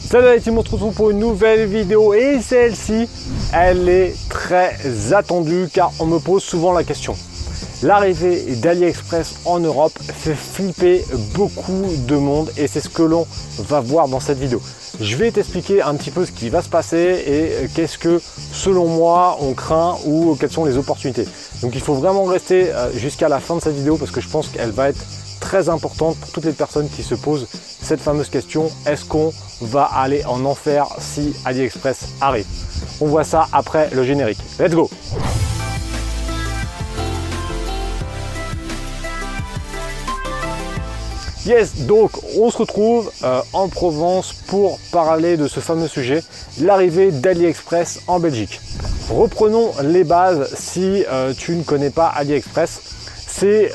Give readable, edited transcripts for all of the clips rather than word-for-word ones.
Salut les team, on se retrouve pour une nouvelle vidéo et celle-ci, elle est très attendue car on me pose souvent la question. L'arrivée d'AliExpress en Europe fait flipper beaucoup de monde et c'est ce que l'on va voir dans cette vidéo. Je vais t'expliquer un petit peu ce qui va se passer et qu'est-ce que selon moi on craint ou quelles sont les opportunités. Donc il faut vraiment rester jusqu'à la fin de cette vidéo parce que je pense qu'elle va être très importante pour toutes les personnes qui se posent cette fameuse question, est-ce qu'on va aller en enfer si AliExpress arrive? On voit ça après le générique. Let's go! Yes, donc on se retrouve en Provence pour parler de ce fameux sujet, l'arrivée d'AliExpress en Belgique. Reprenons les bases si tu ne connais pas AliExpress. C'est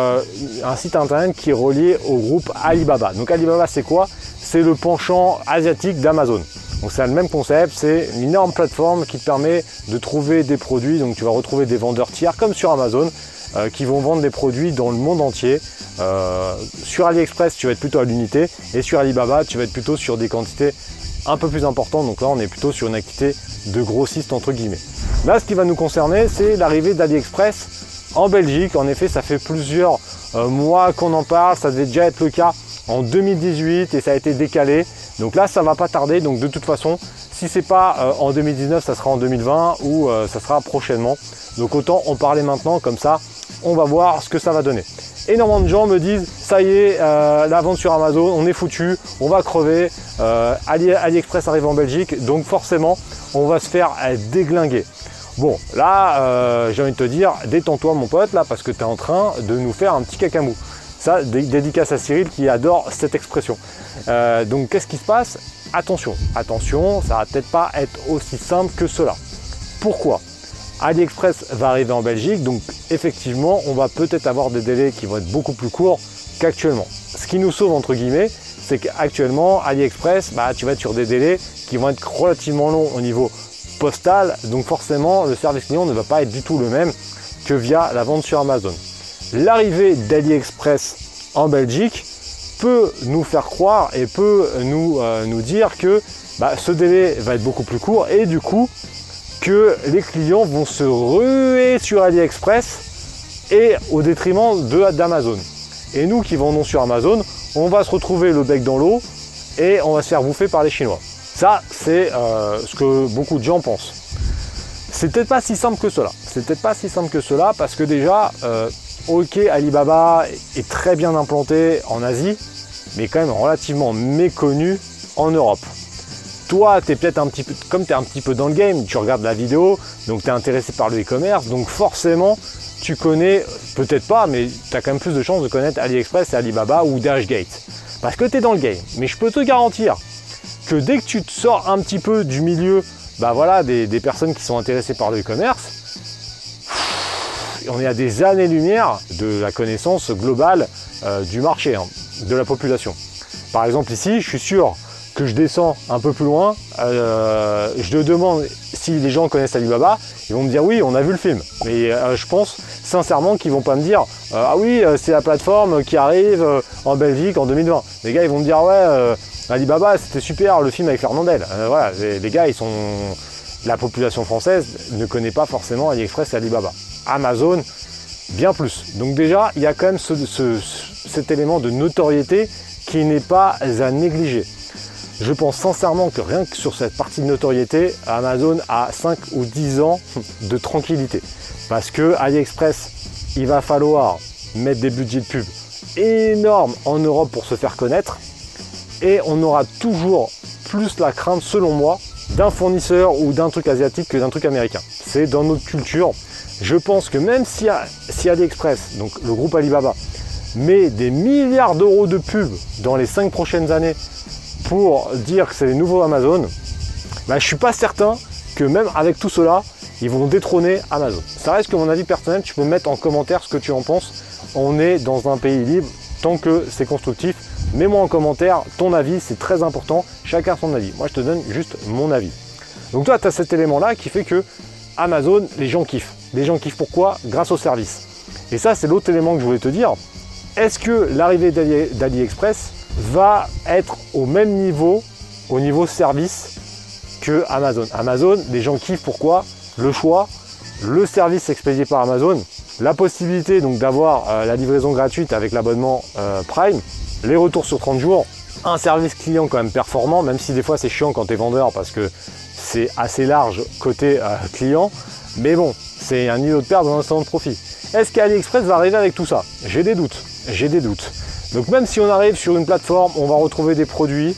un site internet qui est relié au groupe Alibaba. Donc Alibaba, c'est quoi? C'est le penchant asiatique d'Amazon. Donc c'est le même concept, c'est une énorme plateforme qui te permet de trouver des produits. Donc tu vas retrouver des vendeurs tiers comme sur Amazon qui vont vendre des produits dans le monde entier. Sur AliExpress, tu vas être plutôt à l'unité et sur Alibaba, tu vas être plutôt sur des quantités un peu plus importantes. Donc là, on est plutôt sur une activité de grossiste entre guillemets. Là, ce qui va nous concerner, c'est l'arrivée d'AliExpress en Belgique. En effet, ça fait plusieurs mois qu'on en parle. Ça devait déjà être le cas en 2018 et ça a été décalé. Donc là, ça va pas tarder. Donc de toute façon, si c'est pas en 2019, ça sera en 2020 ou ça sera prochainement. Donc autant en parler maintenant, comme ça, on va voir ce que ça va donner. Énormément de gens me disent, ça y est, la vente sur Amazon, on est foutu, on va crever. AliExpress arrive en Belgique, donc forcément, on va se faire déglinguer. Bon, là, j'ai envie de te dire, détends-toi mon pote, là, parce que tu es en train de nous faire un petit cacamou. Ça, dédicace à Cyril qui adore cette expression. Donc, qu'est-ce qui se passe? Attention, attention, ça va peut-être pas être aussi simple que cela. Pourquoi? AliExpress va arriver en Belgique, donc effectivement, on va peut-être avoir des délais qui vont être beaucoup plus courts qu'actuellement. Ce qui nous sauve, entre guillemets, c'est qu'actuellement, AliExpress, tu vas être sur des délais qui vont être relativement longs au niveau postal, donc forcément, le service client ne va pas être du tout le même que via la vente sur Amazon. L'arrivée d'AliExpress en Belgique peut nous faire croire et peut nous dire que ce délai va être beaucoup plus court et du coup, que les clients vont se ruer sur AliExpress et au détriment d'Amazon. Et nous qui vendons sur Amazon, on va se retrouver le bec dans l'eau et on va se faire bouffer par les Chinois. Ça, c'est ce que beaucoup de gens pensent. C'est peut-être pas si simple que cela. C'est peut-être pas si simple que cela parce que déjà, ok, Alibaba est très bien implanté en Asie, mais quand même relativement méconnu en Europe. Toi, tu es peut-être un petit peu, comme tu es un petit peu dans le game, tu regardes la vidéo, donc tu es intéressé par le e-commerce, donc forcément, tu connais, peut-être pas, mais tu as quand même plus de chances de connaître AliExpress et Alibaba ou Dashgate. Parce que tu es dans le game. Mais je peux te garantir que dès que tu te sors un petit peu du milieu des personnes qui sont intéressées par le e-commerce, on est à des années-lumière de la connaissance globale du marché, de la population. Par exemple ici, je suis sûr que je descends un peu plus loin, je te demande si les gens connaissent Alibaba, ils vont me dire oui, on a vu le film. Mais je pense sincèrement qu'ils vont pas me dire ah oui, c'est la plateforme qui arrive en Belgique en 2020. Les gars, ils vont me dire ouais, Alibaba, c'était super, le film avec Fernandel. Voilà, les gars, la population française ne connaît pas forcément AliExpress et Alibaba. Amazon, bien plus. Donc déjà, il y a quand même cet élément de notoriété qui n'est pas à négliger. Je pense sincèrement que rien que sur cette partie de notoriété, Amazon a 5 ou 10 ans de tranquillité. Parce que AliExpress, il va falloir mettre des budgets de pub énormes en Europe pour se faire connaître. Et on aura toujours plus la crainte, selon moi, d'un fournisseur ou d'un truc asiatique que d'un truc américain. C'est dans notre culture. Je pense que même si AliExpress, donc le groupe Alibaba, met des milliards d'euros de pub dans les 5 prochaines années pour dire que c'est les nouveaux Amazon, je ne suis pas certain que même avec tout cela, ils vont détrôner Amazon. Ça reste que mon avis personnel, tu peux mettre en commentaire ce que tu en penses. On est dans un pays libre, tant que c'est constructif. Mets-moi en commentaire ton avis, c'est très important. Chacun son avis. Moi, je te donne juste mon avis. Donc toi, tu as cet élément-là qui fait que Amazon, les gens kiffent. Les gens kiffent pourquoi? Grâce au service. Et ça, c'est l'autre élément que je voulais te dire. Est-ce que l'arrivée d'AliExpress va être au même niveau au niveau service que Amazon. Amazon, les gens kiffent pourquoi? Le choix, le service expédié par Amazon, la possibilité donc d'avoir la livraison gratuite avec l'abonnement Prime, les retours sur 30 jours, un service client quand même performant, même si des fois c'est chiant quand tu es vendeur parce que c'est assez large côté client, mais bon, c'est un niveau de perte dans un instant de profit. Est-ce qu'AliExpress va arriver avec tout ça? J'ai des doutes, Donc même si on arrive sur une plateforme, on va retrouver des produits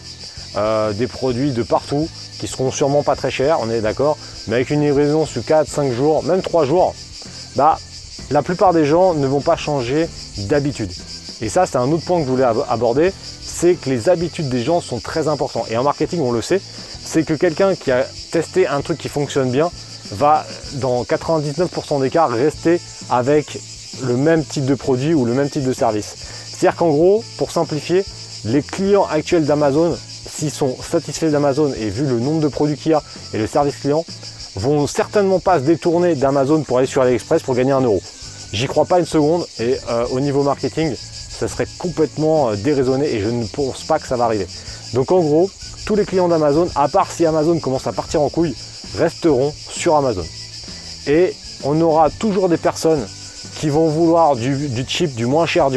de partout, qui seront sûrement pas très chers, on est d'accord, mais avec une livraison sur 4, 5 jours, même 3 jours, bah, la plupart des gens ne vont pas changer d'habitude. Et ça, c'est un autre point que je voulais aborder, c'est que les habitudes des gens sont très importantes. Et en marketing, on le sait, c'est que quelqu'un qui a testé un truc qui fonctionne bien va, dans 99% des cas, rester avec le même type de produit ou le même type de service. C'est-à-dire qu'en gros, pour simplifier, les clients actuels d'Amazon, s'ils sont satisfaits d'Amazon et vu le nombre de produits qu'il y a et le service client, vont certainement pas se détourner d'Amazon pour aller sur AliExpress pour gagner 1 euro. J'y crois pas une seconde et au niveau marketing, ça serait complètement déraisonné et je ne pense pas que ça va arriver. Donc en gros, tous les clients d'Amazon, à part si Amazon commence à partir en couille, resteront sur Amazon. Et on aura toujours des personnes qui vont vouloir du cheap, du moins cher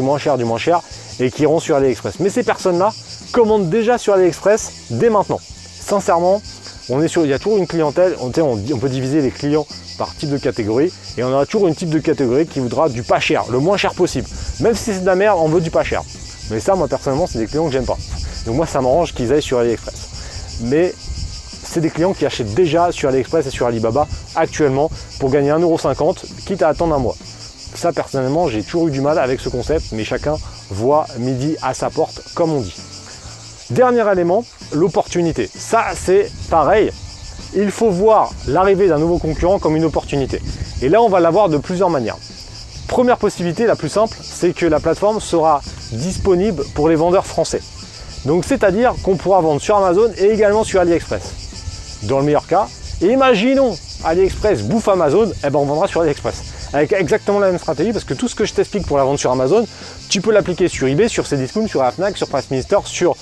et qui iront sur AliExpress. Mais ces personnes-là commandent déjà sur AliExpress dès maintenant. Sincèrement, il y a toujours une clientèle, on peut diviser les clients par type de catégorie et on aura toujours une type de catégorie qui voudra du pas cher, le moins cher possible. Même si c'est de la merde, on veut du pas cher. Mais ça, moi personnellement, c'est des clients que j'aime pas. Donc moi, ça m'arrange qu'ils aillent sur AliExpress. Mais c'est des clients qui achètent déjà sur AliExpress et sur Alibaba actuellement pour gagner 1,50 €, quitte à attendre un mois. Ça, personnellement, j'ai toujours eu du mal avec ce concept, mais chacun voit midi à sa porte, comme on dit. Dernier élément, l'opportunité. Ça, c'est pareil. Il faut voir l'arrivée d'un nouveau concurrent comme une opportunité. Et là, on va l'avoir de plusieurs manières. Première possibilité, la plus simple, c'est que la plateforme sera disponible pour les vendeurs français. Donc, c'est-à-dire qu'on pourra vendre sur Amazon et également sur AliExpress. Dans le meilleur cas, et imaginons AliExpress bouffe Amazon, eh ben on vendra sur AliExpress. Avec exactement la même stratégie, parce que tout ce que je t'explique pour la vente sur Amazon, tu peux l'appliquer sur eBay, sur Cdiscount, sur Fnac, sur PriceMinister, sur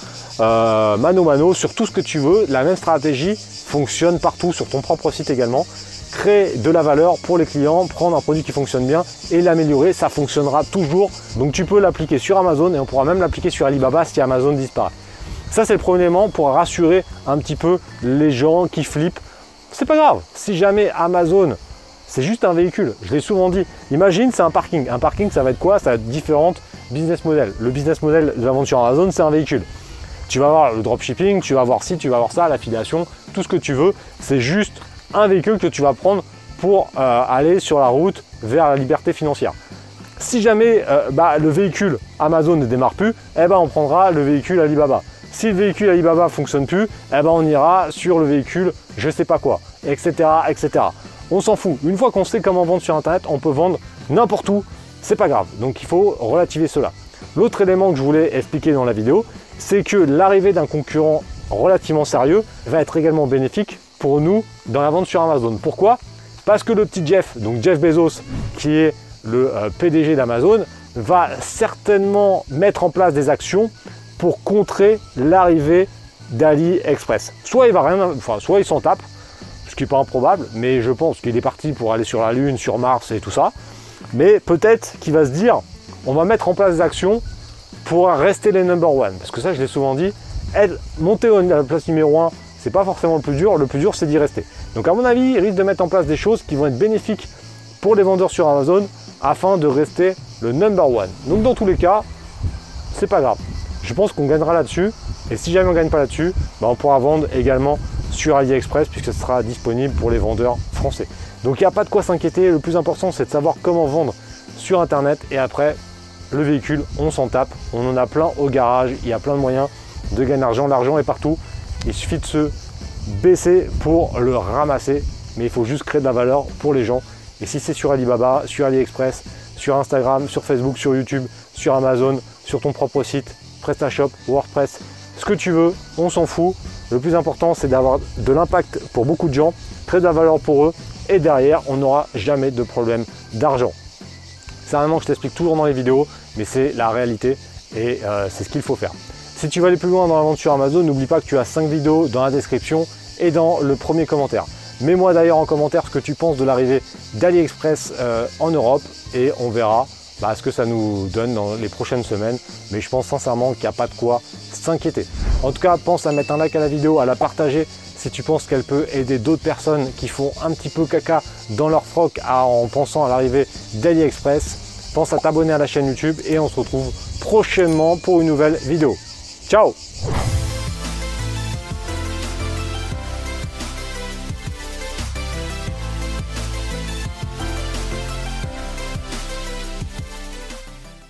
Mano, sur tout ce que tu veux. La même stratégie fonctionne partout, sur ton propre site également. Créer de la valeur pour les clients, prendre un produit qui fonctionne bien et l'améliorer, ça fonctionnera toujours. Donc tu peux l'appliquer sur Amazon et on pourra même l'appliquer sur Alibaba si Amazon disparaît. Ça, c'est le premier élément pour rassurer un petit peu les gens qui flippent. C'est pas grave, si jamais Amazon, c'est juste un véhicule, je l'ai souvent dit. Imagine, c'est un parking. Un parking, ça va être quoi? Ça va être différentes business models. Le business model de la vente sur Amazon, c'est un véhicule. Tu vas avoir le dropshipping, tu vas avoir ci, tu vas avoir ça, l'affiliation, tout ce que tu veux. C'est juste un véhicule que tu vas prendre pour aller sur la route vers la liberté financière. Si jamais le véhicule Amazon ne démarre plus, eh ben, on prendra le véhicule Alibaba. Si le véhicule Alibaba ne fonctionne plus, eh ben, on ira sur le véhicule je sais pas quoi, etc. etc. On s'en fout. Une fois qu'on sait comment vendre sur Internet, on peut vendre n'importe où. C'est pas grave. Donc il faut relativiser cela. L'autre élément que je voulais expliquer dans la vidéo, c'est que l'arrivée d'un concurrent relativement sérieux va être également bénéfique pour nous dans la vente sur Amazon. Pourquoi? Parce que le petit Jeff, donc Jeff Bezos, qui est le PDG d'Amazon, va certainement mettre en place des actions pour contrer l'arrivée d'AliExpress. Soit il s'en tape, ce qui n'est pas improbable, mais je pense qu'il est parti pour aller sur la Lune, sur Mars et tout ça. Mais peut-être qu'il va se dire, on va mettre en place des actions pour rester les number one. Parce que ça, je l'ai souvent dit, monter à la place numéro 1, c'est pas forcément le plus dur c'est d'y rester. Donc à mon avis, il risque de mettre en place des choses qui vont être bénéfiques pour les vendeurs sur Amazon afin de rester le number one. Donc dans tous les cas, c'est pas grave. Je pense qu'on gagnera là-dessus. Et si jamais on ne gagne pas là-dessus, on pourra vendre également sur AliExpress puisque ce sera disponible pour les vendeurs français. Donc il n'y a pas de quoi s'inquiéter. Le plus important, c'est de savoir comment vendre sur Internet. Et après, le véhicule, on s'en tape. On en a plein au garage. Il y a plein de moyens de gagner de l'argent. L'argent est partout. Il suffit de se baisser pour le ramasser. Mais il faut juste créer de la valeur pour les gens. Et si c'est sur Alibaba, sur AliExpress, sur Instagram, sur Facebook, sur YouTube, sur Amazon, sur ton propre site, PrestaShop, WordPress, ce que tu veux, on s'en fout. Le plus important, c'est d'avoir de l'impact pour beaucoup de gens, créer de la valeur pour eux, et derrière, on n'aura jamais de problème d'argent. C'est un élément que je t'explique toujours dans les vidéos, mais c'est la réalité et c'est ce qu'il faut faire. Si tu veux aller plus loin dans l'aventure Amazon, n'oublie pas que tu as 5 vidéos dans la description et dans le premier commentaire. Mets-moi d'ailleurs en commentaire ce que tu penses de l'arrivée d'AliExpress en Europe et on verra ce que ça nous donne dans les prochaines semaines. Mais je pense sincèrement qu'il n'y a pas de quoi s'inquiéter. En tout cas, pense à mettre un like à la vidéo, à la partager si tu penses qu'elle peut aider d'autres personnes qui font un petit peu caca dans leur froc en pensant à l'arrivée d'AliExpress. Pense à t'abonner à la chaîne YouTube et on se retrouve prochainement pour une nouvelle vidéo. Ciao!